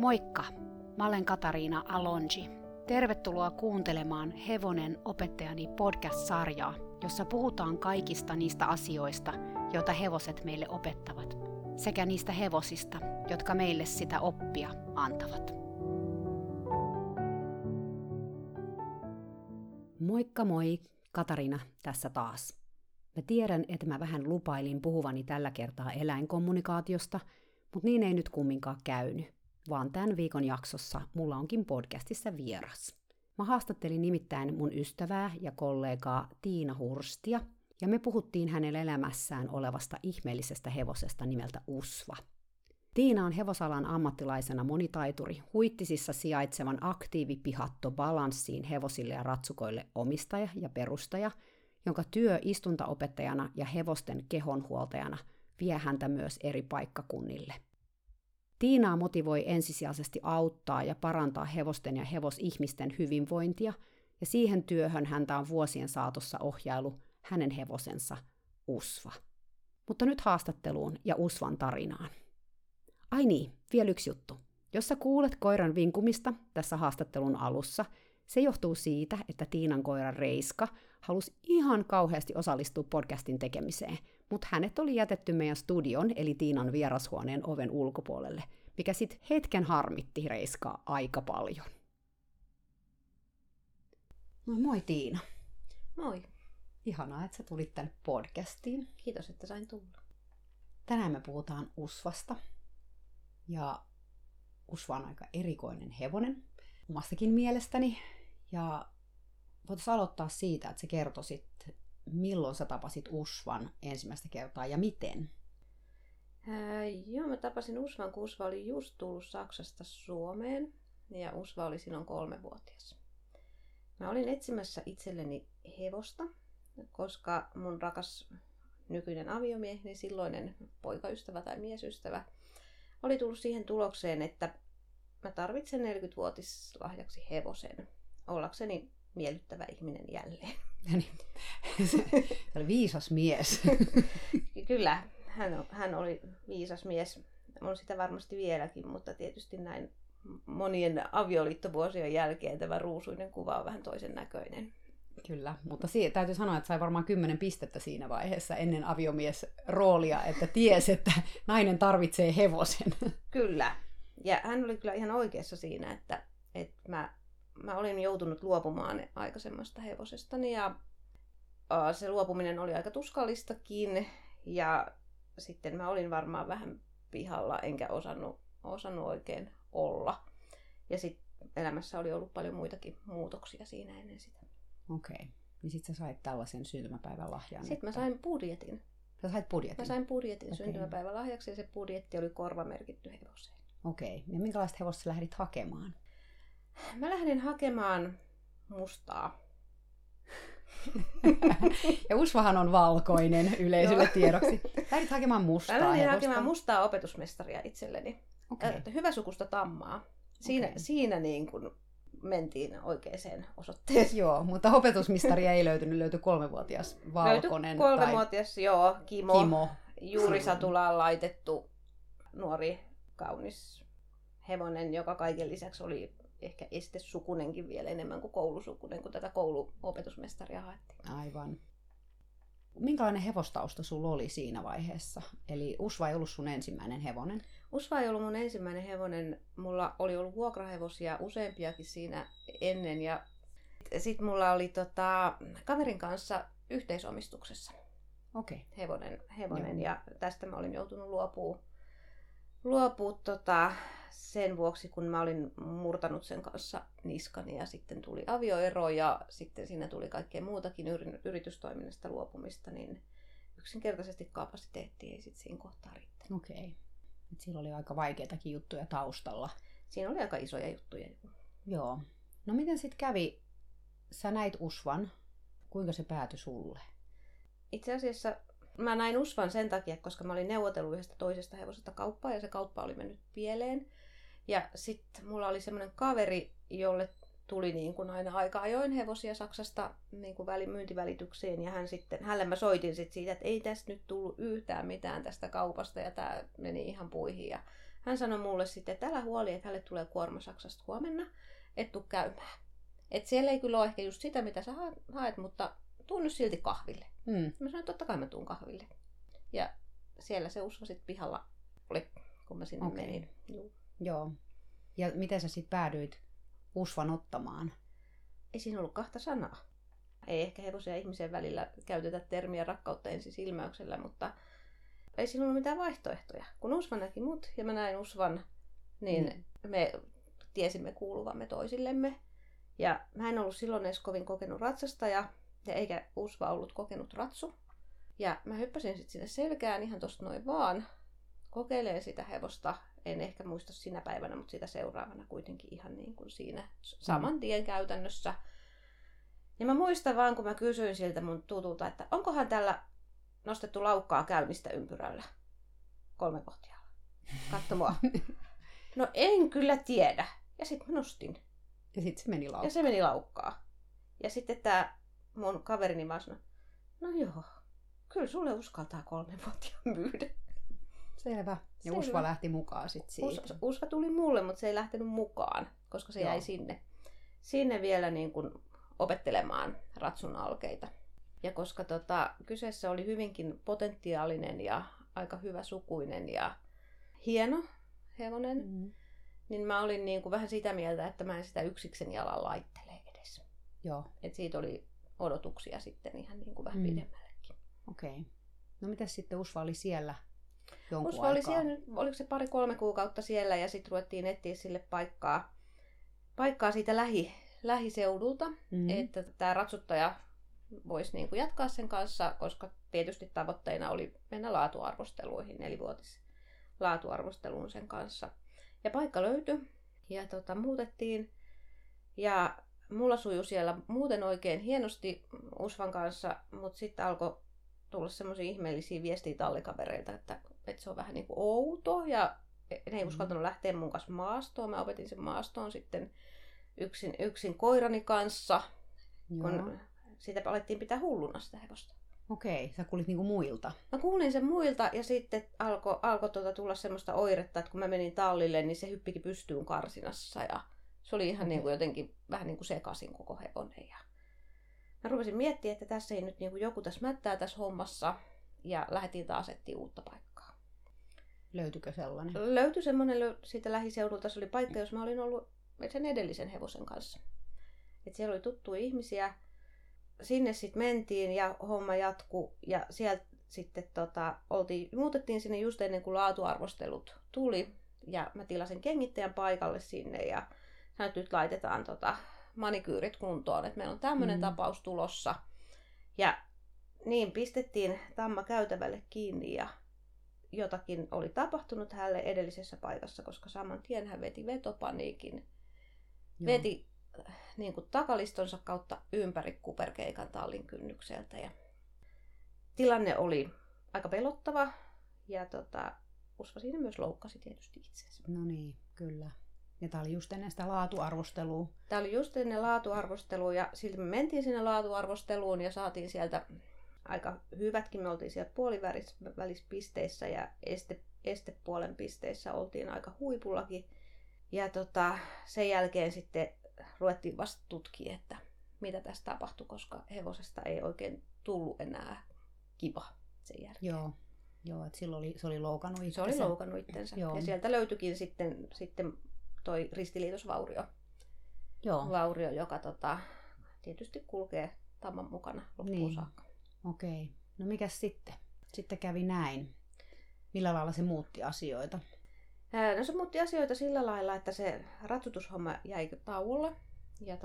Moikka! Mä olen Katariina Alonji. Tervetuloa kuuntelemaan Hevonen opettajani podcast-sarjaa, jossa puhutaan kaikista niistä asioista, joita hevoset meille opettavat, sekä niistä hevosista, jotka meille sitä oppia antavat. Moikka moi! Katariina tässä taas. Mä tiedän, että mä vähän lupailin puhuvani tällä kertaa eläinkommunikaatiosta, mutta niin ei nyt kumminkaan käynyt, vaan tämän viikon jaksossa mulla onkin podcastissa vieras. Mä haastattelin nimittäin mun ystävää ja kollegaa Tiina Hurstia, ja me puhuttiin hänen elämässään olevasta ihmeellisestä hevosesta nimeltä Usva. Tiina on hevosalan ammattilaisena monitaituri, Huittisissa sijaitsevan aktiivipihatto Balanssiin hevosille ja ratsukoille omistaja ja perustaja, jonka työ istuntaopettajana ja hevosten kehonhuoltajana vie häntä myös eri paikkakunnille. Tiinaa motivoi ensisijaisesti auttaa ja parantaa hevosten ja hevosihmisten hyvinvointia, ja siihen työhön häntä on vuosien saatossa ohjailu hänen hevosensa Usva. Mutta nyt haastatteluun ja Usvan tarinaan. Ai niin, vielä yksi juttu. Jos sä kuulet koiran vinkumista tässä haastattelun alussa, se johtuu siitä, että Tiinan koira Reiska halusi ihan kauheasti osallistua podcastin tekemiseen, mutta hänet oli jätetty meidän studion, eli Tiinan vierashuoneen oven ulkopuolelle, mikä sitten hetken harmitti Reiskaa aika paljon. No moi Tiina. Moi. Ihanaa, että sä tulit tänne podcastiin. Kiitos, että sain tulla. Tänään me puhutaan Usvasta. Ja Usva on aika erikoinen hevonen, omastakin mielestäni. Ja voitaisiin aloittaa siitä, että sä kertoisit, milloin sä tapasit Usvan ensimmäistä kertaa ja miten? Mä tapasin Usvan, kun Usva oli just tullut Saksasta Suomeen. Ja Usva oli silloin 3-vuotias. Mä olin etsimässä itselleni hevosta, koska mun rakas nykyinen aviomieheni, silloinen poikaystävä tai miesystävä, oli tullut siihen tulokseen, että mä tarvitsen 40-vuotislahjaksi hevosen ollakseni miellyttävä ihminen jälleen. Se oli viisas mies. Kyllä, hän oli viisas mies. On sitä varmasti vieläkin, mutta tietysti näin monien avioliittovuosien jälkeen tämä ruusuinen kuva on vähän toisen näköinen. Kyllä, mutta täytyy sanoa, että sai varmaan 10 pistettä siinä vaiheessa ennen aviomiesroolia, että tiesi, että nainen tarvitsee hevosen. Kyllä, ja hän oli kyllä ihan oikeassa siinä, että mä olin joutunut luopumaan aikaisemmasta hevosestani, ja se luopuminen oli aika tuskallistakin, ja sitten mä olin varmaan vähän pihalla, enkä osannut oikein olla. Ja sitten elämässä oli ollut paljon muitakin muutoksia siinä ennen sitä. Okei. Niin sitten sä sait tällaisen syntymäpäivän lahjan. Sitten mä sain budjetin. Sä sait budjetin? Mä sain budjetin syntymäpäivän lahjaksi ja se budjetti oli korvamerkitty hevoseen. Okei. Ja minkälaista hevosta sä lähdit hakemaan? Mä lähdin hakemaan mustaa. Ja Usvahan on valkoinen yleisölle tiedoksi. Lähdit hakemaan mustaa hevosta? Mä lähdin hakemaan mustaa opetusmestaria itselleni. Okay. Hyväsukusta tammaa. Siinä niin kuin mentiin oikeaan osoitteeseen. Joo, mutta opetusmistaria ei löytynyt. Löytyi 3-vuotias valkoinen. Löytyi 3-vuotias, joo, Kimo. Juuri satulaan laitettu nuori, kaunis hevonen, joka kaiken lisäksi oli ehkä estesukunenkin vielä enemmän kuin koulusukunen, kun tätä kouluopetusmestaria haettiin. Aivan. Minkälainen hevostausta sulla oli siinä vaiheessa? Eli Usva ei ollut sun ensimmäinen hevonen? Usva ei ollut mun ensimmäinen hevonen. Mulla oli ollut vuokrahevosia useampiakin siinä ennen. Ja sitten mulla oli kaverin kanssa yhteisomistuksessa hevonen. Ja tästä mä olin joutunut luopua sen vuoksi, kun mä olin murtanut sen kanssa niskani ja sitten tuli avioero ja sitten siinä tuli kaikkea muutakin yritystoiminnasta luopumista, niin yksinkertaisesti kapasiteetti ei sitten siinä kohtaa riittänyt. Okei. Siinä oli aika vaikeitakin juttuja taustalla. Siinä oli aika isoja juttuja. Joo. No miten sitten kävi? Sä näit Usvan. Kuinka se päätyi sulle? Itse asiassa mä näin Usvan sen takia, koska mä olin neuvotellut yhdestä toisesta hevosesta kauppaa ja se kauppa oli mennyt pieleen. Ja sitten mulla oli semmoinen kaveri, jolle tuli niin kuin aina aika ajoin hevosia Saksasta niin kuin myyntivälitykseen. Ja hänelle mä soitin sitten siitä, että ei tästä nyt tullut yhtään mitään tästä kaupasta ja tämä meni ihan puihin. Ja hän sanoi mulle sitten, että älä huoli, että hänelle tulee kuorma Saksasta huomenna, et tuu käymään. Että siellä ei kyllä ole ehkä just sitä, mitä sä haet, mutta tuu nyt silti kahville. Mä sanoin, että totta kai mä tuun kahville. Ja siellä se Usva sitten pihalla oli, kun mä sinne menin. Joo. Ja miten sä sitten päädyit Usvan ottamaan? Ei siinä ollut kahta sanaa. Ei ehkä hevosen ja ihmisen välillä käytetä termiä rakkautta ensisilmäyksellä, mutta ei siinä ollut mitään vaihtoehtoja. Kun Usva näki mut ja mä näin Usvan, niin me tiesimme kuuluvamme toisillemme. Ja mä en ollut silloin edes kovin kokenut ratsastaja, ja eikä Usva ollut kokenut ratsu. Ja mä hyppäsin sitten sinne selkään ihan tosta noin vaan, kokeilemaan sitä hevosta. En ehkä muista sinä päivänä, mutta sitä seuraavana kuitenkin ihan niin kuin siinä saman tien käytännössä. Ja mä muistan vaan, kun mä kysyin siltä mun tutulta, että onkohan tällä nostettu laukkaa käynnistä ympyrällä 3-vuotiaalla. Katso mua. No en kyllä tiedä. Ja sitten mä nostin. Ja sitten se meni laukkaan. Ja se meni laukkaa. Ja sitten tää mun kaverini vaan sanoi, no joo, kyllä sulle uskaltaa 3-vuotiaan myydä. Selvä. Ja Usva lähti mukaan sitten siitä. Usva tuli mulle, mutta se ei lähtenyt mukaan, koska se jäi sinne vielä niin kuin opettelemaan ratsun alkeita. Ja koska kyseessä oli hyvinkin potentiaalinen ja aika hyvä sukuinen ja hieno hevonen, niin mä olin niin kuin vähän sitä mieltä, että mä en sitä yksiksen jalan laittele edes. Joo. Et siitä oli odotuksia sitten ihan niin kuin vähän pidemmällekin. Okei. No mitäs sitten Usva oli siellä jonkun Usva aikaa? oli siellä, oliko se 2-3 kuukautta siellä ja sitten ruvettiin etsiä sille paikkaa siitä lähiseudulta, että tämä ratsuttaja voisi niin kuin jatkaa sen kanssa, koska tietysti tavoitteena oli mennä laatuarvosteluihin, 4-vuotis laatuarvosteluun sen kanssa. Ja paikka löytyi ja muutettiin ja mulla sujui siellä muuten oikein hienosti Usvan kanssa, mutta sitten alkoi tulla semmoisia ihmeellisiä viestiä tallikavereilta, että se on vähän niin kuin outo ja ne ei uskaltanut lähteä mun kanssa maastoon. Mä opetin sen maastoon sitten yksin koirani kanssa, kun siitä alettiin pitää hulluna sitä hevosta. Okei, sä kuulit niinku muilta. Mä kuulin sen muilta ja sitten alkoi tulla semmoista oiretta, että kun mä menin tallille, niin se hyppikin pystyyn karsinassa ja se oli ihan niin kuin jotenkin vähän niin kuin sekaisin koko hevonen. Ja mä rupesin miettimään, että tässä ei nyt niin kuin joku tässä mättää tässä hommassa ja lähdettiin taas etsiä uutta paikkaa. Löytyykö sellainen? Löytyi semmoinen siitä lähiseudulta, se oli paikka, jos mä olin ollut sen edellisen hevosen kanssa. Et siellä oli tuttuja ihmisiä. Sinne sitten mentiin ja homma jatkui ja sieltä sitten muutettiin sinne just ennen kuin laatuarvostelut tuli ja mä tilasin kengittäjän paikalle sinne ja sanoin, että nyt laitetaan manikyyrit kuntoon, että meillä on tämmöinen tapaus tulossa ja niin pistettiin tamma käytävälle kiinni ja jotakin oli tapahtunut hänelle edellisessä paikassa, koska saman tien hän veti vetopaniikin. Veti niin kuin takalistonsa kautta ympäri kuperkeikan tallin kynnykseltä. Ja tilanne oli aika pelottava ja Usva siinä myös loukkasi tietysti itsensä. No niin, kyllä. Ja tää oli just ennen sitä laatuarvostelua. Tää oli just ennen laatuarvostelua ja silti me mentiin sinne laatuarvosteluun ja saatiin sieltä aika hyvätkin. Me oltiin siellä puolivälispisteissä ja estepuolen pisteissä oltiin aika huipullakin. Ja sen jälkeen sitten ruvettiin vasta tutkimaan, että mitä tässä tapahtui, koska hevosesta ei oikein tullut enää kiva sen jälkeen. Joo, että silloin se oli loukannut itsensä. Se oli loukannut itsensä. Ja sieltä löytyikin sitten toi ristiliitosvaurio. Vaurio, joka tietysti kulkee tamman mukana loppuun saakka. Okei. No mikäs sitten? Sitten kävi näin. Millä lailla se muutti asioita? No se muutti asioita sillä lailla, että se ratsutushomma jäi tauolle. Ja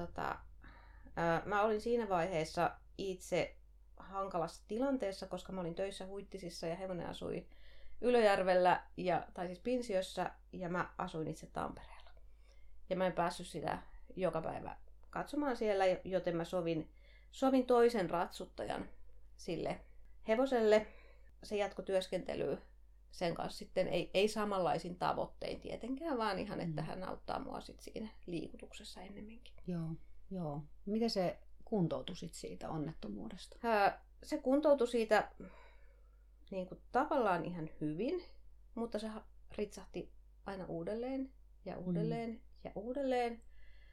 mä olin siinä vaiheessa itse hankalassa tilanteessa, koska mä olin töissä Huittisissa ja hevonen asui Ylöjärvellä, tai siis Pinsiössä, ja mä asuin itse Tampereella. Ja mä en päässyt sitä joka päivä katsomaan siellä, joten mä sovin toisen ratsuttajan sille hevoselle. Se jatkoi työskentelyä sen kanssa sitten ei samanlaisin tavoittein tietenkään, vaan ihan, että hän auttaa mua sit siinä liikutuksessa ennemminkin. Joo. Miten se kuntoutui sit siitä onnettomuudesta? Se kuntoutui siitä niin kuin tavallaan ihan hyvin, mutta se ritsahti aina uudelleen ja uudelleen ja uudelleen.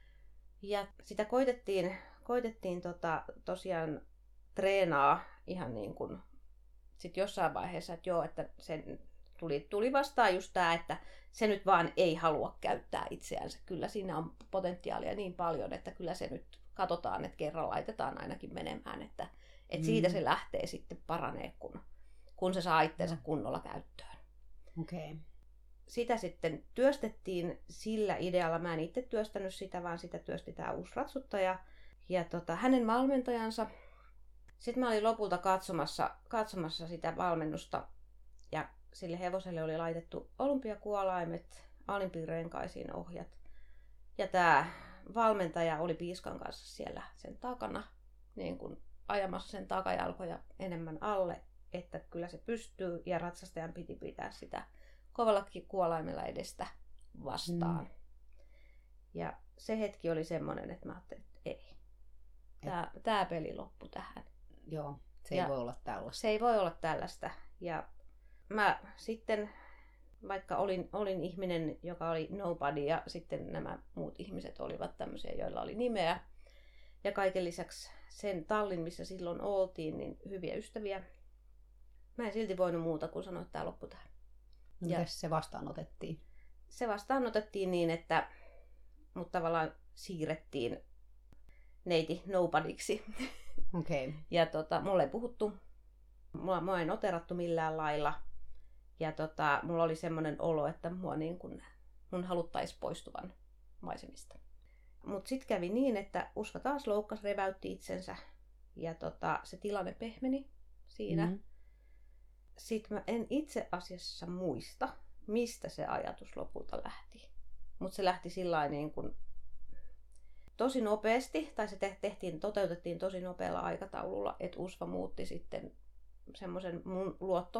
Ja sitä koitettiin tosiaan treenaa ihan niin kuin sit jossain vaiheessa, että joo, että sen tuli vastaan just tämä, että se nyt vaan ei halua käyttää itseänsä. Kyllä siinä on potentiaalia niin paljon, että kyllä se nyt katsotaan, että kerran laitetaan ainakin menemään, että siitä se lähtee sitten paranee, kun se saa itseensä kunnolla käyttöön. Okay. Sitä sitten työstettiin sillä idealla. Mä en itse työstänyt sitä, vaan sitä työsti tämä uusi ratsuttaja ja hänen valmentajansa. Sitten mä olin lopulta katsomassa sitä valmennusta ja sille hevoselle oli laitettu olympiakuolaimet, alimpirenkaisiin ohjat. Ja tämä valmentaja oli piiskan kanssa siellä sen takana, niin kuin ajamassa sen takajalkoja enemmän alle, että kyllä se pystyy ja ratsastajan piti pitää sitä kovallakin kuolaimella edestä vastaan. Ja se hetki oli semmoinen, että mä ajattelin, että ei. Tämä peli loppui tähän. Joo, se ei voi olla tällaista. Se ei voi olla tällaista. Ja mä sitten, vaikka olin ihminen, joka oli nobody, ja sitten nämä muut ihmiset olivat tämmöisiä, joilla oli nimeä. Ja kaiken lisäksi sen tallin, missä silloin oltiin, niin hyviä ystäviä. Mä en silti voinut muuta kuin sanoa, että tämä loppui tähän. Mites se vastaanotettiin? Se vastaanotettiin niin, että mut tavallaan siirrettiin neiti nobodyksi. Okay. Ja mulle ei puhuttu, mua ei noterattu millään lailla. Ja mulla oli semmoinen olo, että mun haluttaisiin poistuvan maisemista. Mutta sitten kävi niin, että Usva taas loukkasi, reväytti itsensä. Ja se tilanne pehmeni siinä. Mm-hmm. Sitten mä en itse asiassa muista, mistä se ajatus lopulta lähti. Mutta se lähti sillain niin kuin tosi nopeasti, tai se toteutettiin tosi nopealla aikataululla, että Usva muutti sitten semmoisen mun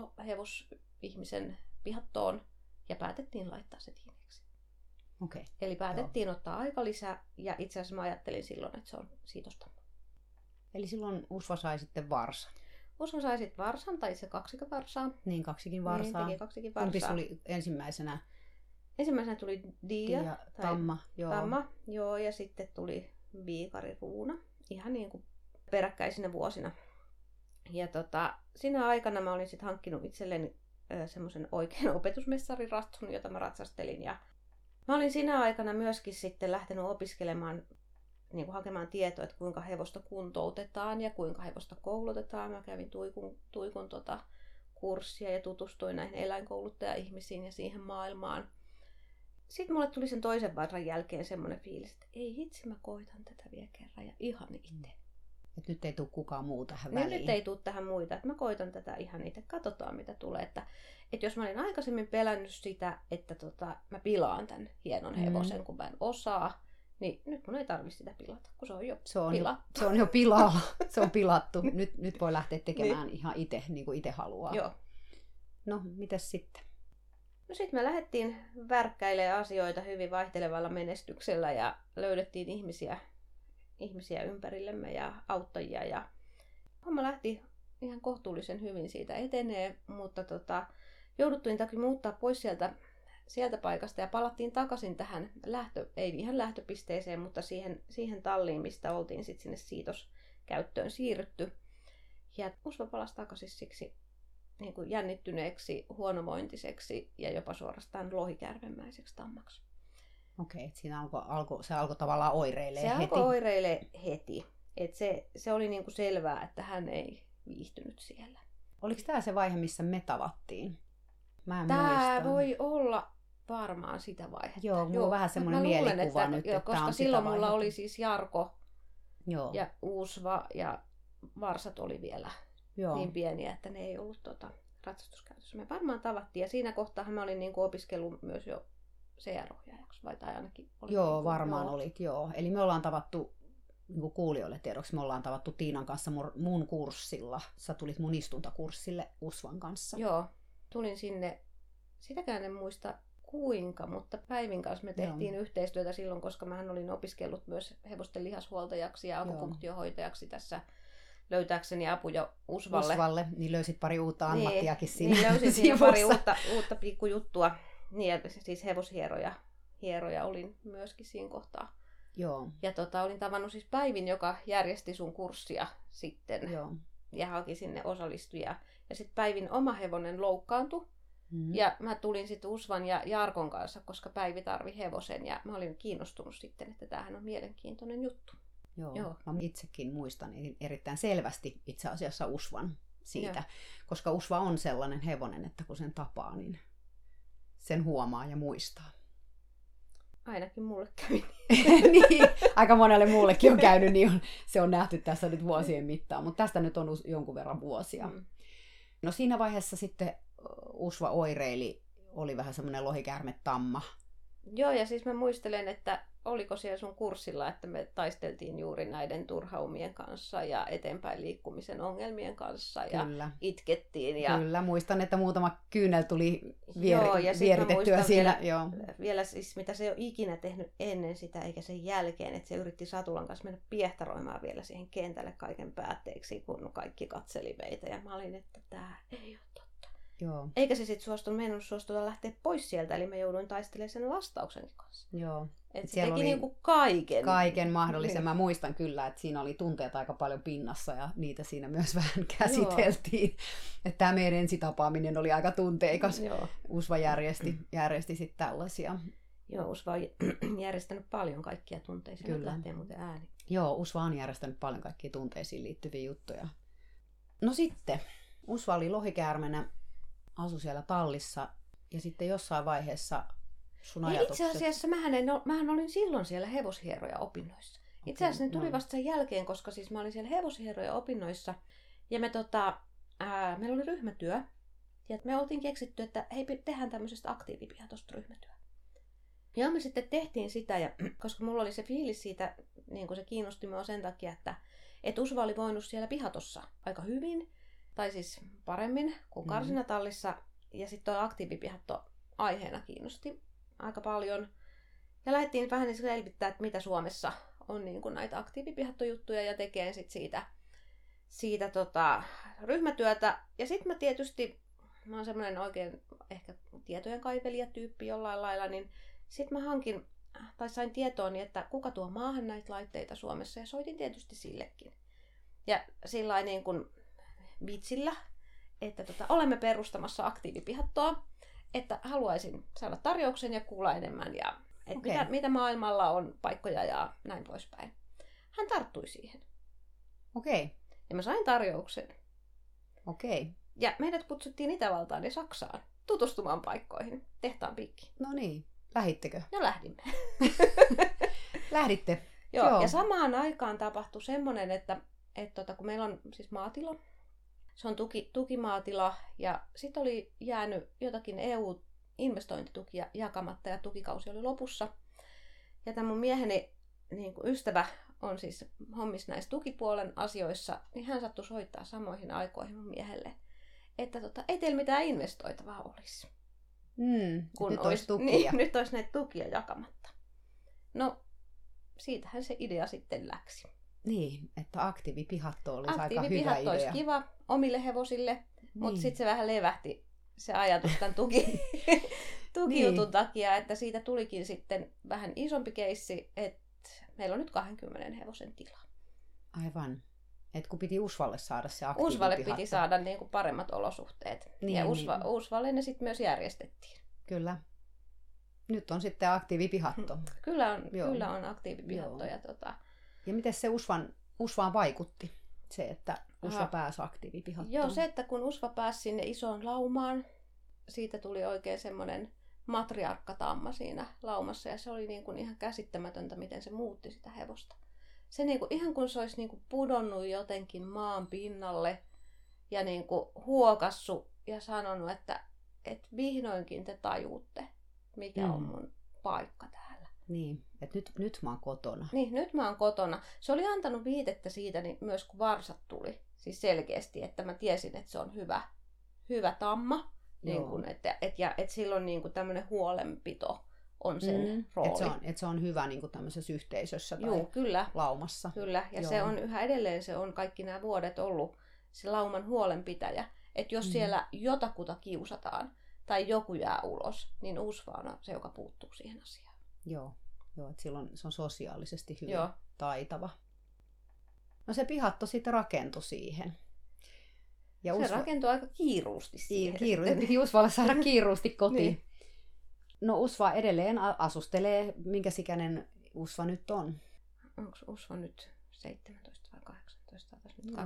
luottohevosihmisen pihattoon ja päätettiin laittaa se tiineeksi. Okay. Eli päätettiin ottaa aikalisä ja itse asiassa mä ajattelin silloin, että se on siitosta. Eli silloin Usva sai sitten varsan. Usva sai sitten varsan, tai se kaksikin varsaa. Niin, kaksikin varsaa. Niin, kaksikin varsaa. Kumpi oli ensimmäisenä? Ensimmäisenä tuli Dia tai Tamma. Joo. Tamma, joo, ja sitten tuli Viikari Ruuna. Ihan niin kuin peräkkäisinä vuosina. Ja siinä aikana mä olin sitten hankkinut itselleni semmoisen oikean opetusmessarin ratsun, jota mä ratsastelin. Ja mä olin siinä aikana myöskin sitten lähtenyt opiskelemaan, niin kuin hakemaan tietoa, että kuinka hevosta kuntoutetaan ja kuinka hevosta koulutetaan. Mä kävin tuikun kurssia ja tutustuin näihin eläinkouluttaja-ihmisiin ja siihen maailmaan. Sitten mulle tuli sen toisen varran jälkeen semmoinen fiilis, että ei hitsi, mä koitan tätä vielä kerran ja ihan itse. Että nyt ei tule kukaan muu tähän väliin. Nyt ei tule tähän muita, että mä koitan tätä ihan itse, katsotaan mitä tulee. Että jos mä olin aikaisemmin pelännyt sitä, että mä pilaan tämän hienon hevosen, kun mä en osaa, niin nyt mun ei tarvitse sitä pilata, kun se on jo pilattu. Se on jo pilalla, se on pilattu. Nyt voi lähteä tekemään ihan itse, niin kuin itse haluaa. Joo. No, mitäs sitten? No sitten me lähdettiin värkkäilemään asioita hyvin vaihtelevalla menestyksellä ja löydettiin ihmisiä ympärillemme ja auttajia. Ja homma lähti ihan kohtuullisen hyvin siitä etenee, mutta jouduttiin toki muuttaa pois sieltä paikasta ja palattiin takaisin tähän ei ihan lähtöpisteeseen, mutta siihen talliin, mistä oltiin sitten sinne siitoskäyttöön siirrytty. Ja Usva palasi takaisin siksi niin kuin jännittyneeksi, huonovointiseksi ja jopa suorastaan lohikärvenmäiseksi tammaksi. Okei, siinä se alkoi tavallaan oireilemaan heti. Se alkoi oireilemaan heti. Et se oli niin kuin selvää, että hän ei viihtynyt siellä. Oliko tämä se vaihe, missä me tavattiin? Tämä voi olla varmaan sitä vaihetta. Joo, mulla on vähän semmoinen mielikuva nyt, että koska on silloin sitä mulla oli siis Jarko Joo. ja Usva ja varsat oli vielä niin pieniä, että ne ei ollut ratsastuskäytössä. Me varmaan tavattiin ja siinä kohtaa mä olin niin kuin opiskellut myös jo CR-ohjaajaksi, tai ainakin oli. Joo, niin kuin, varmaan olit, joo. Eli me ollaan tavattu, niin kuin kuulijoille tiedoksi, me ollaan tavattu Tiinan kanssa mun kurssilla. Sä tulit mun istuntakurssille Usvan kanssa. Joo, tulin sinne, sitäkään en muista kuinka, mutta Päivin kanssa me tehtiin yhteistyötä silloin, koska mähän olin opiskellut myös hevosten lihashuoltajaksi ja akupunktiohoitajaksi tässä löytääkseni apuja Usvalle. Niin löysit pari uutta ammattiakin siinä Niin löysin siinä pari uutta pikkujuttua. Niin, ja siis hieroja olin myöskin siinä kohtaa. Joo. Ja olin tavannut siis Päivin, joka järjesti sun kurssia sitten. Joo. Ja haki sinne osallistujia. Ja sitten Päivin oma hevonen loukkaantui. Mm-hmm. Ja mä tulin sitten Usvan ja Jarkon kanssa, koska Päivi tarvi hevosen. Ja mä olin kiinnostunut sitten, että tämähän on mielenkiintoinen juttu. Joo. Mä itsekin muistan erittäin selvästi itse asiassa Usvan siitä. Koska Usva on sellainen hevonen, että kun sen tapaa, niin sen huomaa ja muistaa. Ainakin mulle kävi. Niin, aika monelle muullekin on käynyt, niin se on nähty tässä nyt vuosien mittaan, mutta tästä nyt on jonkun verran vuosia. No siinä vaiheessa sitten Usva oireili, oli vähän semmoinen lohikäärmetamma. Joo, ja siis mä muistelen, että oliko siellä sun kurssilla, että me taisteltiin juuri näiden turhaumien kanssa ja eteenpäin liikkumisen ongelmien kanssa ja Kyllä. itkettiin. Ja... Kyllä, muistan, että muutama kyynel tuli ja vieritettyä siinä. Vielä siis, mitä se ei ole ikinä tehnyt ennen sitä eikä sen jälkeen, että se yritti Satulan kanssa mennä piehtaroimaan vielä siihen kentälle kaiken päätteeksi, kun kaikki katseli meitä. Ja mä olin, että tämä ei ole totta. Joo. Eikä se sitten meinannut suostuta lähteä pois sieltä, eli mä jouduin taistelemaan sen vastauksen kanssa. Joo. Että se teki niinku kaiken. Kaiken mahdollisen. Niin. Mä muistan kyllä, että siinä oli tunteet aika paljon pinnassa ja niitä siinä myös vähän käsiteltiin. Että tämä meidän ensitapaaminen oli aika tunteikas. Joo. Usva järjesti sitten tällaisia. Joo, Usva on järjestänyt paljon kaikkia tunteisiin. Kyllä. Nyt lähtee muuten ääni. Joo, Usva on järjestänyt paljon kaikkia tunteisiin liittyviä juttuja. No sitten, Usva oli lohikäärmenä, asui siellä tallissa ja sitten jossain vaiheessa sun ajatukset... Itse asiassa mähän olin silloin siellä hevoshieroja opinnoissa. Itse asiassa ne tuli vasta sen jälkeen, koska siis mä olin siellä hevoshieroja opinnoissa ja meillä oli ryhmätyö ja me oltiin keksitty, että hei, tehdään tämmöisestä aktiivipihatosta ryhmätyö. Ja me sitten tehtiin sitä, ja koska mulla oli se fiilis siitä, niin kuin se kiinnosti minua sen takia, että Usva oli voinut siellä pihatossa aika hyvin, tai siis paremmin kuin karsinatallissa, ja sitten tuo aktiivipihatto aiheena kiinnosti aika paljon. Ja lähdettiin vähän niin selvittää, että mitä Suomessa on niin kuin näitä aktiivipihattojuttuja, ja tekee sitten siitä ryhmätyötä. Ja sitten mä oon semmoinen oikein ehkä tietojen kaivelijatyyppi jollain lailla, niin sitten mä sain tietooni, että kuka tuo maahan näitä laitteita Suomessa, ja soitin tietysti sillekin. Ja sillä niin kuin vitsillä, että olemme perustamassa aktiivipihattoa, että haluaisin saada tarjouksen ja kuulla enemmän, ja mitä maailmalla on paikkoja ja näin poispäin. Hän tarttui siihen. Okei. Ja mä sain tarjouksen. Okei. Ja meidät kutsuttiin Itävaltaan ja Saksaan tutustumaan paikkoihin tehtaan piikkiin. No niin. Lähittekö? No lähdimme. Lähditte. Joo. Ja samaan aikaan tapahtui semmoinen, että kun meillä on siis maatila, se on tukimaatila, ja sitten oli jäänyt jotakin EU-investointitukia jakamatta ja tukikausi oli lopussa. Ja tämä mun mieheni niin kuin ystävä on siis hommissa näissä tukipuolen asioissa, niin hän sattui soittaa samoihin aikoihin mun miehelle, että ei teillä mitään investoitavaa olisi. Kun nyt olisi tukia. Nyt olisi näitä tukia jakamatta. No, siitähän se idea sitten läksi. Niin, että aktiivipihatto olisi aika hyvä idea. Aktiivipihatto olisi kiva omille hevosille, mutta sitten se vähän levähti se ajatus tämän tukijutun takia, että siitä tulikin sitten vähän isompi keissi, että meillä on nyt 20 hevosen tila. Aivan. Että kun piti Usvalle saada se aktiivipihatto. Usvalle piti saada niin kuin paremmat olosuhteet. Niin, ja Usvalle ne sitten myös järjestettiin. Kyllä. Nyt on sitten aktiivipihatto. Kyllä on aktiivipihatto. Ja miten se Usvaan vaikutti? Se, että Usva pääsi aktiivipihattoon. Joo, se, että kun Usva pääsi sinne isoon laumaan, siitä tuli oikein semmoinen matriarkkatamma siinä laumassa. Ja se oli niin kuin ihan käsittämätöntä, miten se muutti sitä hevosta. Se niin kuin, ihan kuin se olisi niin kuin pudonnut jotenkin maan pinnalle ja niin kuin huokassu ja sanonut, että vihdoinkin te tajuutte, mikä on mun paikka täällä. Niin, että nyt mä oon kotona. Niin, nyt mä oon kotona. Se oli antanut viitettä siitä niin myös, kun varsat tuli. Siis selkeästi, että mä tiesin, että se on hyvä tamma. Niin kun, että silloin niin kuin tämmöinen huolenpito on sen rooli. Että se on hyvä niin kuin tämmöisessä yhteisössä tai laumassa. Kyllä, ja se on yhä edelleen, se on kaikki nämä vuodet ollut se lauman huolenpitäjä. Että jos siellä jotakuta kiusataan tai joku jää ulos, niin Usva on se, joka puuttuu siihen asiaan. Joo, että silloin se on sosiaalisesti hyvin Joo. taitava. No se pihatto sitten rakentui siihen. Ja se rakentui aika kiiruusti siihen. Piti Usvalle saada kiiruusti kotiin. Niin. No Usva edelleen asustelee. Minkäs ikäinen Usva nyt on? Onko Usva nyt 17 vai 18? Tässä nyt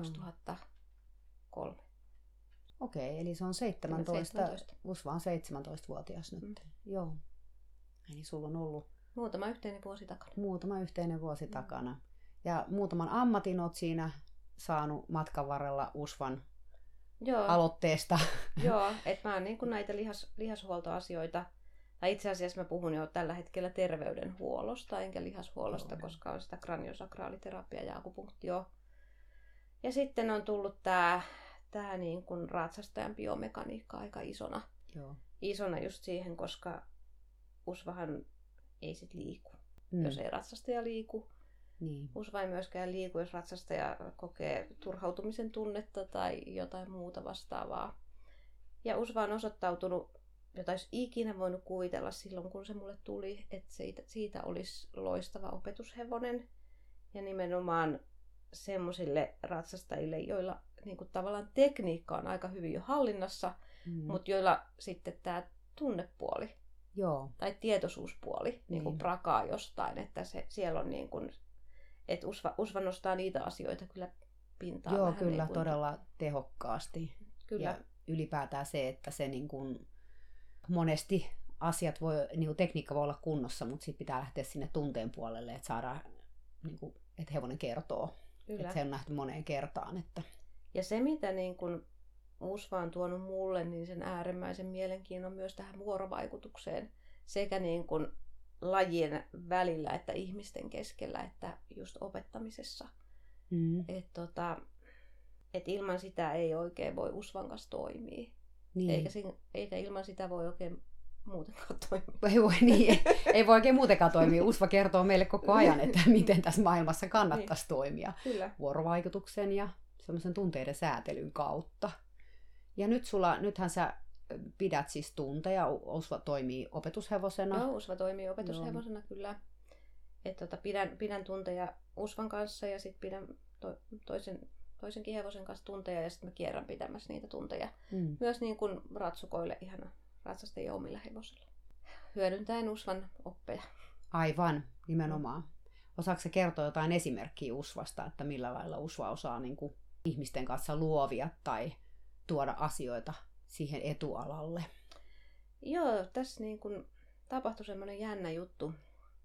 2003. Okei, eli se on 17. 17. Usva on 17-vuotias nyt. Joo. Eli sulla on ollut muutama yhteinen vuosi takana. Ja muutaman ammatin olet siinä saanut matkan varrella Usvan Joo. aloitteesta. Joo, että mä oon niin kuin näitä lihashuoltoasioita, tai itse asiassa mä puhun jo tällä hetkellä terveydenhuollosta, enkä lihashuollosta, koska on sitä kraniosakraaliterapiaa ja akupunktio. Ja sitten on tullut tää niin kuin ratsastajan biomekaniikka aika isona. Joo. Isona just siihen, koska Usvahan ei sit liiku, jos ei ratsastaja liiku. Niin. Usva ei myöskään liiku, jos ratsastaja kokee turhautumisen tunnetta tai jotain muuta vastaavaa. Ja Usva on osoittautunut, jota olisi ikinä voinut kuvitella silloin, kun se mulle tuli, että siitä olisi loistava opetushevonen. Ja nimenomaan semmoisille ratsastajille, joilla niin kuin tavallaan tekniikka on aika hyvin jo hallinnassa, mutta joilla sitten tämä tunnepuoli tai tietoisuuspuoli niin kuin prakaa jostain, että siellä on niin kuin, että Usva nostaa niitä asioita kyllä pintaan. Joo, kyllä niin kuin todella tehokkaasti. Kyllä. Ja ylipäätään se, että se niin kuin monesti asiat voi, niin kuin tekniikka voi olla kunnossa, mutta sitten pitää lähteä sinne tunteen puolelle, että saadaan, niin kuin, että hevonen kertoo. Että se on nähty moneen kertaan. Että ja se, mitä niin kun Usva on tuonut mulle, niin sen äärimmäisen mielenkiinnon myös tähän vuorovaikutukseen sekä niin kun lajien välillä että ihmisten keskellä, että just opettamisessa. Että ilman sitä ei oikein voi Usvan kanssa toimia. Niin. Eikä ilman sitä voi oikein muutenkaan toimia. Ei voi oikein muutenkaan toimia. Usva kertoo meille koko ajan, että miten tässä maailmassa kannattaisi toimia. Kyllä. Vuorovaikutuksen ja semmoisen tunteiden säätelyn kautta. Ja nythän sä pidät siis tunteja. Usva toimii opetushevosena. Joo, Usva toimii opetushevosena kyllä. Että pidän tunteja Usvan kanssa ja sitten pidän toisenkin hevosen kanssa tunteja ja sitten mä kierrän pitämässä niitä tunteja. Myös niin kuin ratsukoille ihan ratsastajien omilla hevosilla. Hyödyntäen Usvan oppeja. Aivan, nimenomaan. Osaatko kertoa jotain esimerkkiä Usvasta, että millä lailla Usva osaa niin kuin ihmisten kanssa luovia tai tuoda asioita siihen etualalle? Joo, tässä niin kuin tapahtui semmoinen jännä juttu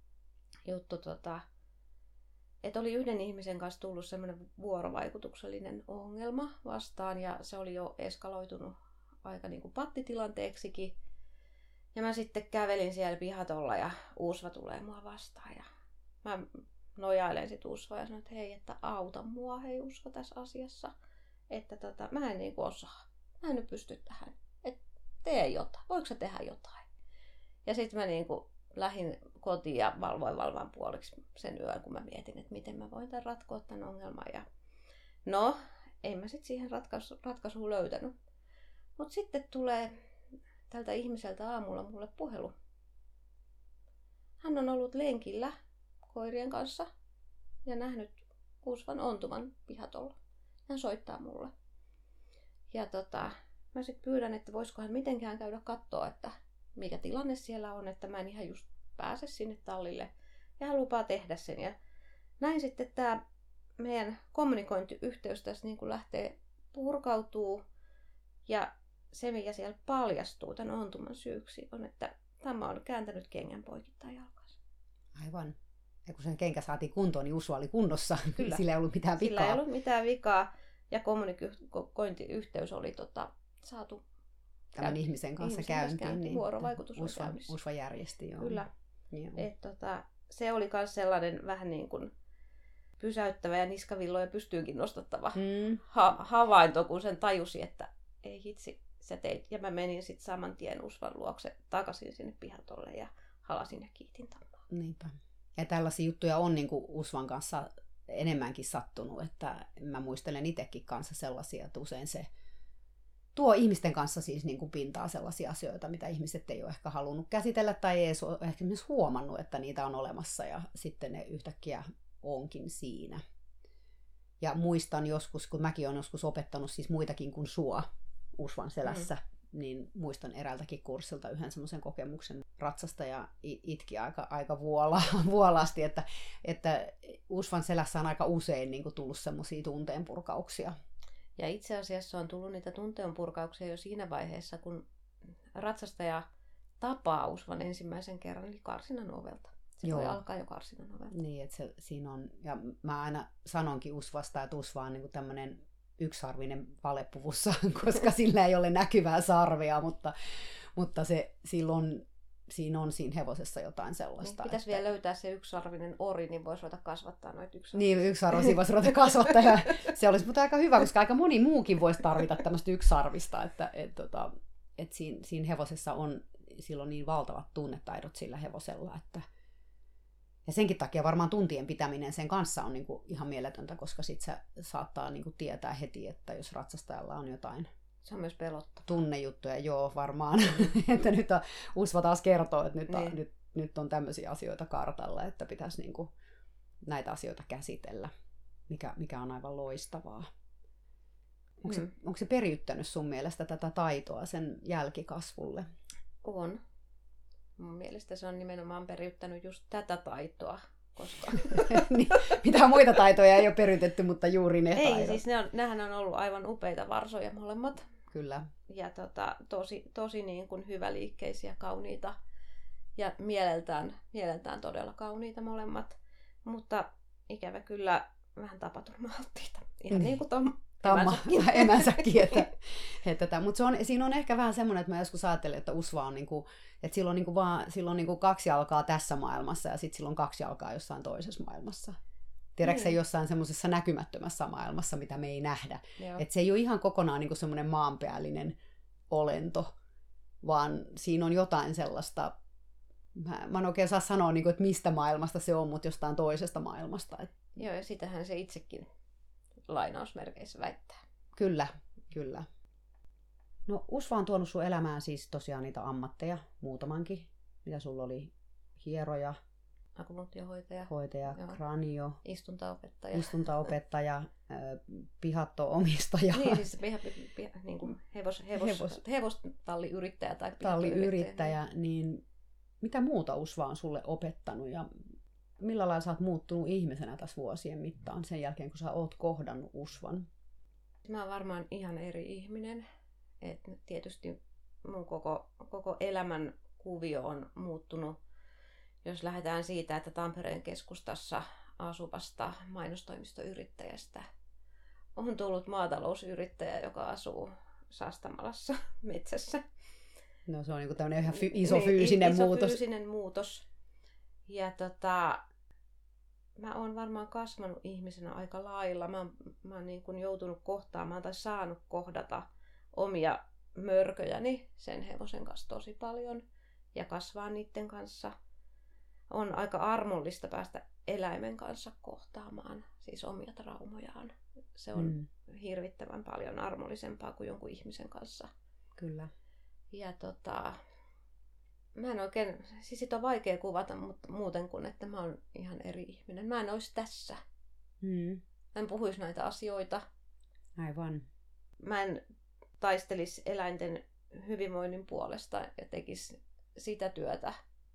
että oli yhden ihmisen kanssa tullut semmoinen vuorovaikutuksellinen ongelma vastaan ja se oli jo eskaloitunut aika niin kuin pattitilanteeksikin. Ja mä sitten kävelin siellä pihatolla ja Usva tulee mua vastaan ja mä nojailen sit Usvaa ja sanoin, että hei, että auta mua hei Usva tässä asiassa. Että mä en niinku osaa. Mä en nyt pysty tähän. Et tee jotain. Voiko sä tehdä jotain? Ja sitten mä niinku lähdin kotiin ja valvoin valvan puoliksi sen yön, kun mä mietin, että miten mä voin ratkoa tämän ongelman. Ja no, en mä sitten siihen ratkaisua löytänyt. Mutta sitten tulee tältä ihmiseltä aamulla mulle puhelu. Hän on ollut lenkillä koirien kanssa ja nähnyt Usvan ontuman pihatolla. Hän soittaa mulle. Ja mä sitten pyydän, että voisiko hän mitenkään käydä katsoa, että mikä tilanne siellä on, että mä en ihan just pääse sinne tallille. Ja hän lupaa tehdä sen. Ja näin sitten tämä meidän kommunikointiyhteys tässä niin kuin lähtee purkautuu. Ja se, mikä siellä paljastuu tämän ontuman syyksi, on, että tämä on kääntänyt kengän poikittain jalkansa. Aivan. Ja kun sen kenkä saatiin kuntoon, niin Usva oli kunnossa. Kyllä. Sillä ei ollut mitään vikaa. Sillä ei ollut mitään vikaa. Ja kommunikointiyhteys oli saatu tämän ihmisen kanssa käyntiin. Niin vuorovaikutus oli käynnissä. Usva järjesti. Joo. Kyllä. Joo. Se oli myös sellainen vähän niin kuin pysäyttävä ja niskavilloja pystyykin nostattava havainto, kun sen tajusi, että ei hitsi, sä teit. Ja mä menin sitten saman tien Usvan luokse takaisin sinne pihatolle ja halasin ja kiitin tammaa. Niinpä. Ja tällaisia juttuja on niin kuin Usvan kanssa enemmänkin sattunut, että mä muistelen itsekin kanssa sellaisia, että usein se tuo ihmisten kanssa siis niin kuin pintaa sellaisia asioita, mitä ihmiset ei ole ehkä halunnut käsitellä tai ei edes ole ehkä myös huomannut, että niitä on olemassa ja sitten ne yhtäkkiä onkin siinä. Ja muistan joskus, kun mäkin olen joskus opettanut siis muitakin kuin sua Usvan selässä, niin muistan eräältäkin kurssilta yhden semmoisen kokemuksen. Ratsastaja itki aika vuolaasti, että Usvan selässä on aika usein niin kuin tullut semmoisia tunteenpurkauksia. Ja itse asiassa on tullut niitä tunteenpurkauksia jo siinä vaiheessa, kun ratsastaja tapaa Usvan ensimmäisen kerran, eli karsinan ovelta. Se voi alkaa jo karsinan ovelta. Niin, että siinä on, ja mä aina sanonkin Usvasta, että Usva on niin tämmöinen yksisarvinen valepuvussa, koska sillä ei ole näkyvää sarvea, mutta siinä on siinä hevosessa jotain sellaista. Niin, pitäisi vielä löytää se yksisarvinen ori, niin voisi ruveta kasvattaa noita yksisarvisia. Niin, yksisarvisia voisi ruveta kasvattaa. Ja se olisi mutta aika hyvä, koska aika moni muukin voisi tarvita tämmöistä yksisarvista, että siinä hevosessa on silloin niin valtavat tunnetaidot sillä hevosella, että ja senkin takia varmaan tuntien pitäminen sen kanssa on niinku ihan mieletöntä, koska sit se saattaa niinku tietää heti, että jos ratsastajalla on jotain se on myös pelottavaa. Tunnejuttuja, joo varmaan. Että nyt Usva taas kertoo, että nyt on tämmöisiä asioita kartalla, että pitäisi niinku näitä asioita käsitellä, mikä on aivan loistavaa. Onko se periyttänyt sun mielestä tätä taitoa sen jälkikasvulle? On. Mun mielestä se on nimenomaan periyttänyt just tätä taitoa, koska niin, mitään muita taitoja ei ole periytetty, mutta juuri ne taidot. Ei, siis nehän on ollut aivan upeita varsoja molemmat. Kyllä. Ja tosi niin kuin hyväliikkeisiä, kauniita ja mieleltään todella kauniita molemmat. Mutta ikävä kyllä vähän tapaturma-alttiita. Ihan niin kuin emänsäkin. Mutta siinä on ehkä vähän semmoinen, että mä joskus ajattelen, että Usva on niinku, että sillä on niinku 2 jalkaa tässä maailmassa ja sitten sillä on 2 jalkaa jossain toisessa maailmassa. Tiedätkö se jossain semmoisessa näkymättömässä maailmassa, mitä me ei nähdä. Että se ei ole ihan kokonaan niinku semmoinen maanpäällinen olento, vaan siinä on jotain sellaista, mä en oikein saa sanoa, niinku, että mistä maailmasta se on, mutta jostain toisesta maailmasta. Joo, ja sitähän se itsekin lainausmerkeissä väittää. Kyllä. No Usva on tuonut sun elämään siis tosiaan niitä ammatteja, muutamankin. Mitä sulla oli? Hieroja, akupunktiohoitaja, kranio, istuntaopettaja, pihatto-omistaja. Niin, siis niin kuin hevostalliyrittäjä tai talliyrittäjä. Niin mitä muuta Usva on sulle opettanut ja millä lailla sä oot muuttunut ihmisenä tässä vuosien mittaan sen jälkeen, kun sä oot kohdannut Usvan? Mä oon varmaan ihan eri ihminen. Et tietysti mun koko elämän kuvio on muuttunut. Jos lähdetään siitä, että Tampereen keskustassa asuvasta mainostoimistoyrittäjästä on tullut maatalousyrittäjä, joka asuu Sastamalassa metsässä. No se on niin tämmöinen ihan iso fyysinen muutos. Fyysinen muutos. Ja mä oon varmaan kasvanut ihmisenä aika lailla. Mä oon niin kuin joutunut kohtaamaan tai saanut kohdata omia mörköjäni sen hevosen kanssa tosi paljon ja kasvaa niiden kanssa. On aika armollista päästä eläimen kanssa kohtaamaan siis omia traumojaan. Se on hirvittävän paljon armollisempaa kuin jonkun ihmisen kanssa. Kyllä. Ja mä en oikein, siis sitä on vaikea kuvata muuten kuin, että mä oon ihan eri ihminen. Mä en olisi tässä. Mä en puhuisi näitä asioita. Aivan. Mä en taistelisi eläinten hyvinvoinnin puolesta ja tekisi sitä työtä.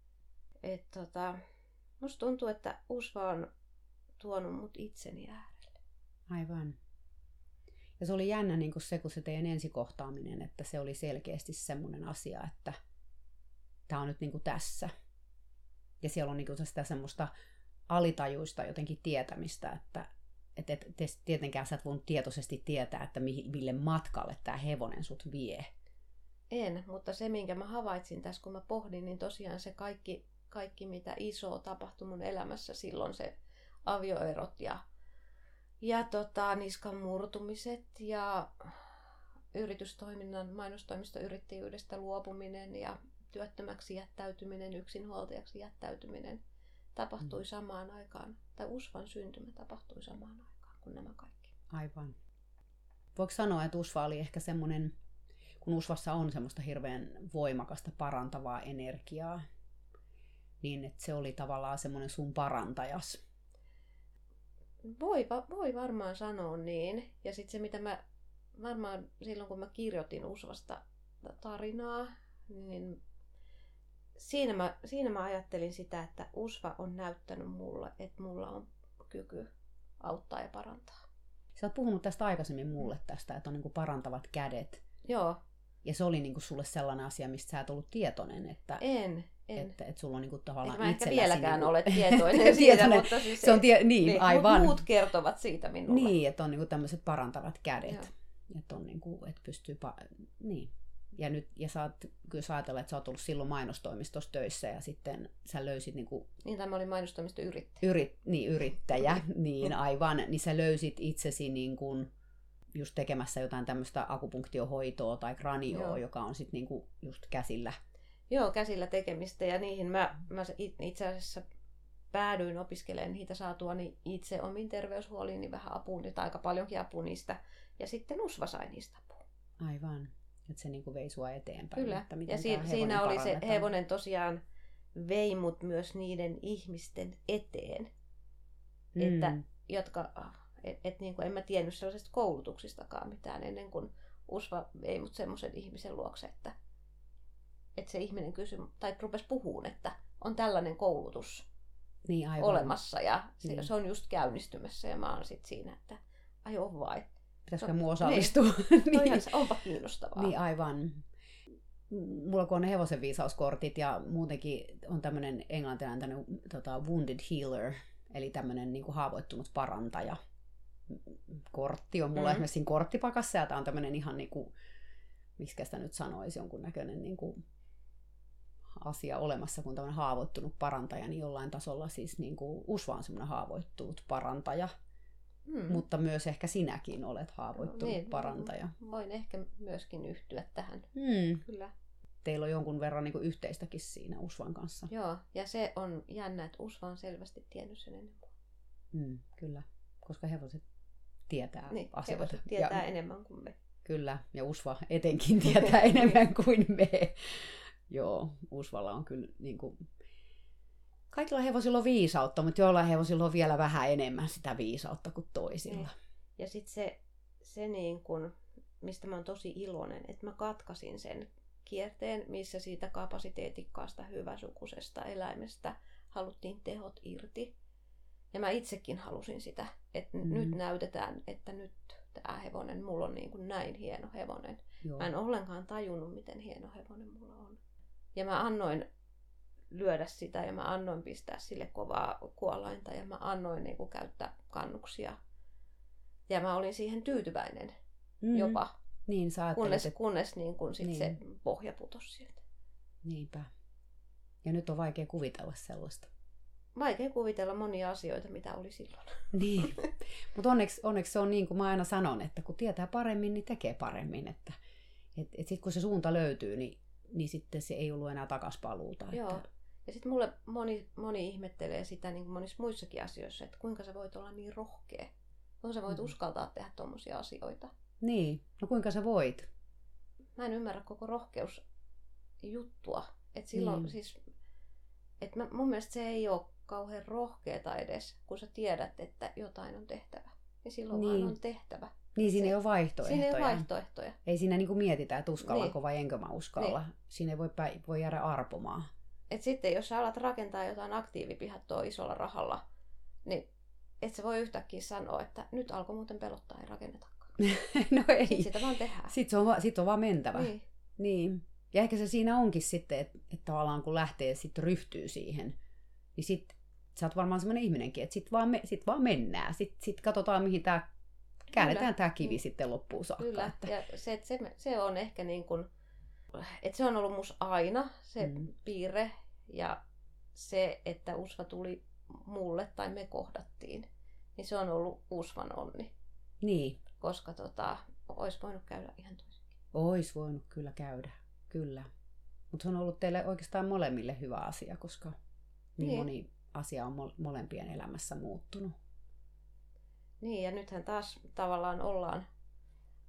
Musta tuntuu, että Usva on tuonut mut itseni äärelle. Aivan. Ja se oli jännä niin kuin se teidän ensikohtaaminen, että se oli selkeästi semmoinen asia, että tää on nyt niin kuin tässä. Ja siellä on niin kuin sitä semmoista alitajuista jotenkin tietämistä, että tietenkään sä et voinut tietoisesti tietää, että mille matkalle tää hevonen sut vie. En, mutta se minkä mä havaitsin tässä, kun mä pohdin, niin tosiaan se kaikki mitä isoa tapahtui mun elämässä silloin, se avioerot ja niskan murtumiset ja yritystoiminnan mainostoimistoyrittäjyydestä luopuminen ja työttömäksi jättäytyminen, yksinhuoltajaksi jättäytyminen tapahtui samaan aikaan. Tai Usvan syntymä tapahtui samaan aikaan kuin nämä kaikki. Aivan. Voiko sanoa, että Usva oli ehkä semmoinen kun usvassa on semmoista hirveän voimakasta parantavaa energiaa, niin että se oli tavallaan semmoinen sun parantajas. Voi varmaan sanoa niin. Ja sitten se, mitä mä varmaan silloin, kun mä kirjoitin usvasta tarinaa, niin siinä mä ajattelin sitä, että usva on näyttänyt mulle, että mulla on kyky auttaa ja parantaa. Sä oot puhunut tästä aikaisemmin mulle tästä, että on niinku parantavat kädet. Joo. Ja se oli niinku sulle sellainen asia, mistä sä et ollut tietoinen, että Että sulla on niinku tavallaan mä ehkä itselläsi vieläkään niinku ole tietoinen siitä, mutta siis se on niin, aivan. Muut kertovat siitä minulle. Niin, että on niinku tämmöiset parantavat kädet. Että on niinku, että pystyy niin. Ja sä oot kyllä ajatella, että sä oot ollut silloin mainostoimistossa töissä ja sitten sä löysit niinku niin, tämä oli mainostoimisto yrittäjä. Yrittäjä, niin aivan, niin sä löysit itsesi niinku just tekemässä jotain tämmöistä akupunktiohoitoa tai kranioa, joka on sitten niinku just käsillä. Joo, käsillä tekemistä, ja niihin mä itse asiassa päädyin opiskelemaan niitä saatuani itse omiin terveyshuoliin, niin vähän apua, tai aika paljonkin apua niistä, ja sitten usva sai niistä apua. Aivan, että se niinku vei sua eteenpäin. Kyllä, että miten ja siinä oli se hevonen tosiaan vei mut myös niiden ihmisten eteen, että, jotka, niin kuin en mä tiennyt sellaisesta koulutuksistakaan mitään ennen kuin usva vei mut semmoisen ihmisen luokse, että se ihminen kysyi, tai rupesi puhumaan, että on tällainen koulutus niin, olemassa ja se on just käynnistymässä ja mä oon sitten siinä, että ai on vai. Pitäisikö muu osallistua? Niin. Onpa kiinnostavaa. Niin aivan. Mulla kun on ne hevosen viisauskortit ja muutenkin on tämmöinen englantilainen wounded healer, eli tämmöinen niin kuin haavoittunut parantaja. Kortti on mulla esimerkiksi siinä korttipakassa ja tää on tämmöinen ihan niin kuin, miksikä sitä nyt sanoisi, jonkunnäköinen niin kuin asia olemassa, kun tämmöinen haavoittunut parantaja, niin jollain tasolla siis niin kuin usva on semmoinen haavoittunut parantaja. Mutta myös ehkä sinäkin olet haavoittunut parantaja. Voin ehkä myöskin yhtyä tähän. Kyllä. Teillä on jonkun verran niin kuin yhteistäkin siinä usvan kanssa. Joo, ja se on jännä, että usva on selvästi tiennyt sen enemmän. Kyllä, koska hevoset tietää asioita. Hevoset tietää enemmän kuin me. Kyllä, ja usva etenkin tietää enemmän kuin me. Joo, usvalla on kyllä niin kuin kaikilla hevosilla on viisautta, mutta joillain hevosilla on vielä vähän enemmän sitä viisautta kuin toisilla. Ja sitten se niin kun, mistä mä oon tosi iloinen, että mä katkasin sen kierteen, missä siitä kapasiteetikkaasta hyväsukuisesta eläimestä haluttiin tehot irti. Ja mä itsekin halusin sitä, että nyt näytetään, että nyt tämä hevonen, mulla on niin kuin näin hieno hevonen. Joo. Mä en ollenkaan tajunnut, miten hieno hevonen mulla on. Ja mä annoin lyödä sitä ja mä annoin pistää sille kovaa kuolainta ja mä annoin niin kuin käyttää kannuksia. Ja mä olin siihen tyytyväinen jopa, niin, kunnes niin kuin sit se pohja putosi sieltä. Niinpä. Ja nyt on vaikea kuvitella sellaista. Vaikea kuvitella monia asioita, mitä oli silloin. Niin, mutta onneksi se on niin kuin mä aina sanon, että kun tietää paremmin, niin tekee paremmin. Että sitten kun se suunta löytyy, niin sitten se ei ollut enää takaspaluuta. Joo. Ja sitten mulle moni ihmettelee sitä niin kuin monissa muissakin asioissa, että kuinka sä voit olla niin rohkea. Kuinka sä voit uskaltaa tehdä tommosia asioita. Niin, no kuinka sä voit? Mä en ymmärrä koko rohkeusjuttua. Että silloin siis, että mun mielestä se ei ole kauhean rohkeata edes, kun sä tiedät, että jotain on tehtävä. Ja silloin vaan on tehtävä. Niin, siinä ei ole vaihtoehtoja. Siinä ei ole vaihtoehtoja. Ei siinä niinku mietitä, että uskallanko vai enkö mä uskalla. Niin. Siinä ei voi jäädä arpomaan. Et sitten jos sä alat rakentaa jotain aktiivipihattoa isolla rahalla, niin et sä voi yhtäkkiä sanoa, että nyt alkoi muuten pelottaa, ei rakennetakaan. No ei. Sitten sitä vaan tehdään. Sitten on vaan mentävä. Niin. Ja ehkä se siinä onkin sitten, että tavallaan kun lähtee sitten ryhtyy siihen, niin sitten sä oot varmaan semmoinen ihminenkin, että sit vaan mennään. Sitten katsotaan, mihin käännetään tämä kivi sitten loppuun saakka. Kyllä, että ja se on ehkä niin kuin, että se on ollut musta aina se piirre ja se, että usva tuli mulle tai me kohdattiin, niin se on ollut usvan onni. Niin. Koska olisi voinut käydä ihan toisinkin. Olisi voinut kyllä käydä, kyllä. Mutta se on ollut teille oikeastaan molemmille hyvä asia, koska niin moni asia on molempien elämässä muuttunut. Niin, ja nythän taas tavallaan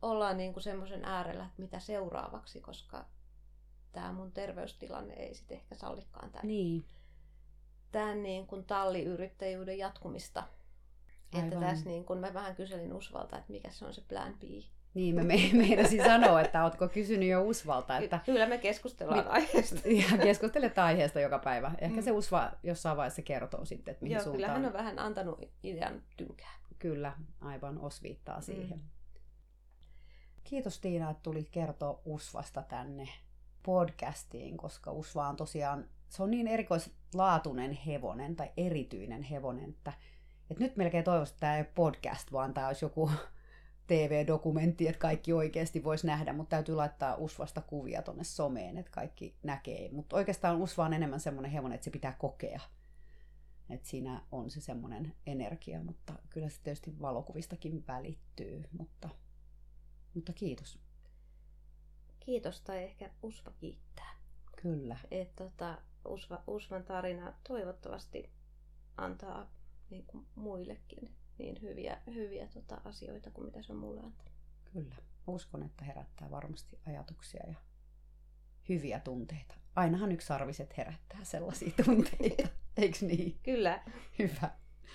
ollaan niin kuin semmoisen äärellä, että mitä seuraavaksi, koska tämä mun terveystilanne ei sitten ehkä sallikaan tämän niin kuin talliyrittäjyyden jatkumista. Aivan. Että tässä niin kun mä vähän kyselin Usvalta, että mikä se on se plan B. Niin, mä meinasin sanoa, että ootko kysynyt jo Usvalta. Että kyllä me keskustellaan aiheesta. Ja keskustelette aiheesta joka päivä. Ehkä se Usva jossain vaiheessa kertoo sitten, että mihin suuntaan. Kyllä hän on vähän antanut idean tynkää. Kyllä, aivan osviittaa siihen. Kiitos Tiina, että tulit kertoa Usvasta tänne podcastiin, koska Usva on tosiaan, se on niin erikoislaatuinen hevonen tai erityinen hevonen, että nyt melkein toivoisin, että tämä ei ole podcast, vaan tämä olisi joku TV-dokumentti, että kaikki oikeasti voisi nähdä, mutta täytyy laittaa Usvasta kuvia tuonne someen, että kaikki näkee. Mutta oikeastaan Usva on enemmän semmoinen hevonen, että se pitää kokea. Että siinä on se semmoinen energia, mutta kyllä se tietysti valokuvistakin välittyy, mutta kiitos. Kiitos, tai ehkä Usva kiittää. Kyllä. Usvan tarina toivottavasti antaa niin kuin muillekin niin hyviä asioita kuin mitä se on mulle antanut. Kyllä. Uskon, että herättää varmasti ajatuksia ja hyviä tunteita. Ainahan yksisarviset herättää sellaisia tunteita, eikö niin? Kyllä. Hyvä.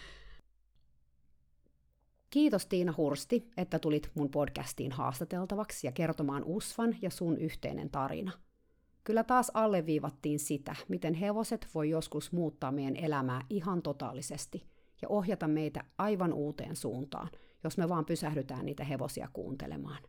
Kiitos Tiina Hursti, että tulit mun podcastiin haastateltavaksi ja kertomaan Usvan ja sun yhteinen tarina. Kyllä taas alleviivattiin sitä, miten hevoset voi joskus muuttaa meidän elämää ihan totaalisesti ja ohjata meitä aivan uuteen suuntaan, jos me vaan pysähdytään niitä hevosia kuuntelemaan.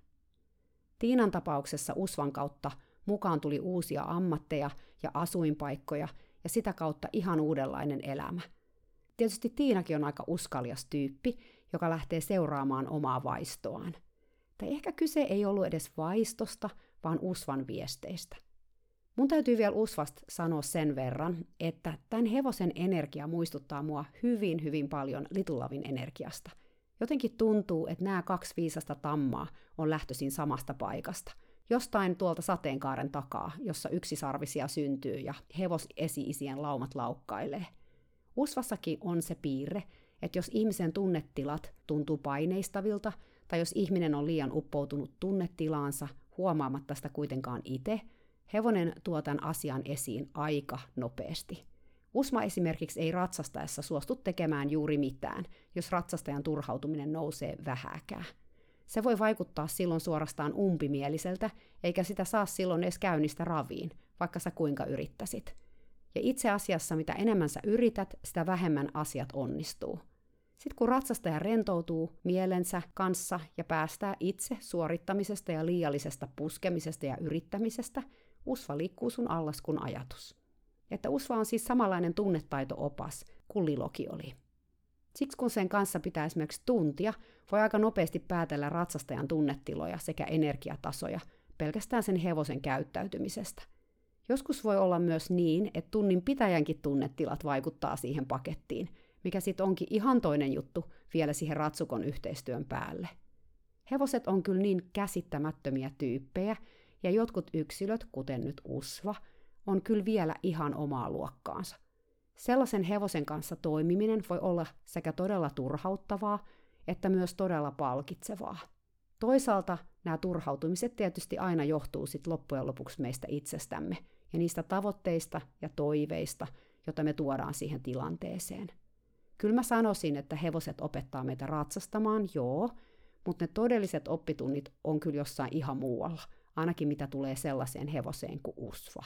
Tiinan tapauksessa Usvan kautta mukaan tuli uusia ammatteja ja asuinpaikkoja ja sitä kautta ihan uudenlainen elämä. Tietysti Tiinakin on aika uskalias tyyppi, joka lähtee seuraamaan omaa vaistoaan. Tai ehkä kyse ei ollut edes vaistosta, vaan Usvan viesteistä. Mun täytyy vielä Usvasta sanoa sen verran, että tämän hevosen energia muistuttaa mua hyvin paljon Little Lovin energiasta. Jotenkin tuntuu, että nämä kaksi viisasta tammaa on lähtöisin samasta paikasta. Jostain tuolta sateenkaaren takaa, jossa yksisarvisia syntyy ja hevosesi-isien laumat laukkailee. Usvassakin on se piirre, että jos ihmisen tunnetilat tuntuu paineistavilta, tai jos ihminen on liian uppoutunut tunnetilaansa, huomaamatta sitä kuitenkaan itse, hevonen tuo tämän asian esiin aika nopeasti. Usva esimerkiksi ei ratsastaessa suostu tekemään juuri mitään, jos ratsastajan turhautuminen nousee vähääkään. Se voi vaikuttaa silloin suorastaan umpimieliseltä, eikä sitä saa silloin edes käynnistä raviin, vaikka sä kuinka yrittäsit. Ja itse asiassa mitä enemmän sä yrität, sitä vähemmän asiat onnistuu. Sitten kun ratsastaja rentoutuu mielensä kanssa ja päästää itse suorittamisesta ja liiallisesta puskemisesta ja yrittämisestä, Usva liikkuu sun allas kun ajatus. Että Usva on siis samanlainen tunnetaito-opas kuin Liloki oli. Siksi kun sen kanssa pitää esimerkiksi tuntia, voi aika nopeasti päätellä ratsastajan tunnetiloja sekä energiatasoja pelkästään sen hevosen käyttäytymisestä. Joskus voi olla myös niin, että tunnin pitäjänkin tunnetilat vaikuttaa siihen pakettiin, mikä sitten onkin ihan toinen juttu vielä siihen ratsukon yhteistyön päälle. Hevoset on kyllä niin käsittämättömiä tyyppejä, ja jotkut yksilöt, kuten nyt Usva, on kyllä vielä ihan omaa luokkaansa. Sellaisen hevosen kanssa toimiminen voi olla sekä todella turhauttavaa, että myös todella palkitsevaa. Toisaalta nämä turhautumiset tietysti aina johtuu sit loppujen lopuksi meistä itsestämme ja niistä tavoitteista ja toiveista, joita me tuodaan siihen tilanteeseen. Kyllä mä sanoisin, että hevoset opettaa meitä ratsastamaan, joo, mutta ne todelliset oppitunnit on kyllä jossain ihan muualla, ainakin mitä tulee sellaiseen hevoseen kuin Usva.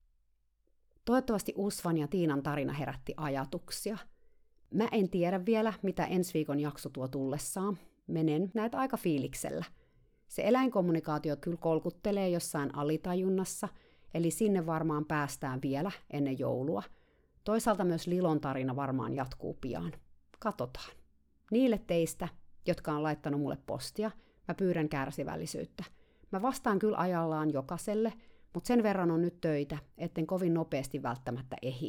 Toivottavasti Usvan ja Tiinan tarina herätti ajatuksia. Mä en tiedä vielä, mitä ensi viikon jakso tuo tullessaan. Menen näitä aika fiiliksellä. Se eläinkommunikaatio kyllä kolkuttelee jossain alitajunnassa, eli sinne varmaan päästään vielä ennen joulua. Toisaalta myös Lilon tarina varmaan jatkuu pian. Katsotaan. Niille teistä, jotka on laittanut mulle postia, mä pyydän kärsivällisyyttä. Mä vastaan kyllä ajallaan jokaiselle, mutta sen verran on nyt töitä, etten kovin nopeasti välttämättä ehdi.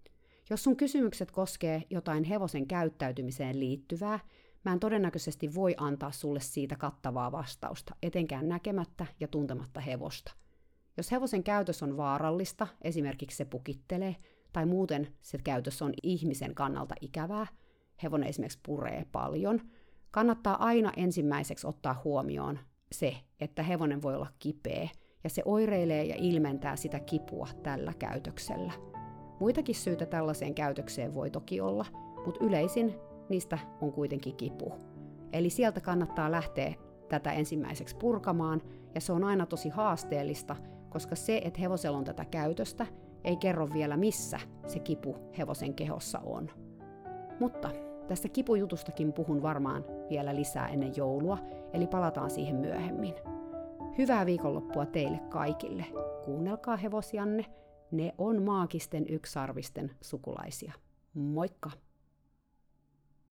Jos sun kysymykset koskee jotain hevosen käyttäytymiseen liittyvää, mä en todennäköisesti voi antaa sulle siitä kattavaa vastausta, etenkään näkemättä ja tuntematta hevosta. Jos hevosen käytös on vaarallista, esimerkiksi se pukittelee, tai muuten se käytös on ihmisen kannalta ikävää, hevonen esimerkiksi puree paljon, kannattaa aina ensimmäiseksi ottaa huomioon se, että hevonen voi olla kipeä, ja se oireilee ja ilmentää sitä kipua tällä käytöksellä. Muitakin syitä tällaiseen käytökseen voi toki olla, mutta yleisin niistä on kuitenkin kipu. Eli sieltä kannattaa lähteä tätä ensimmäiseksi purkamaan, ja se on aina tosi haasteellista, koska se, että hevosella on tätä käytöstä, ei kerro vielä missä se kipu hevosen kehossa on. Mutta tästä kipujutustakin puhun varmaan vielä lisää ennen joulua, eli palataan siihen myöhemmin. Hyvää viikonloppua teille kaikille. Kuunnelkaa hevosianne, ne on maagisten yksarvisten sukulaisia. Moikka!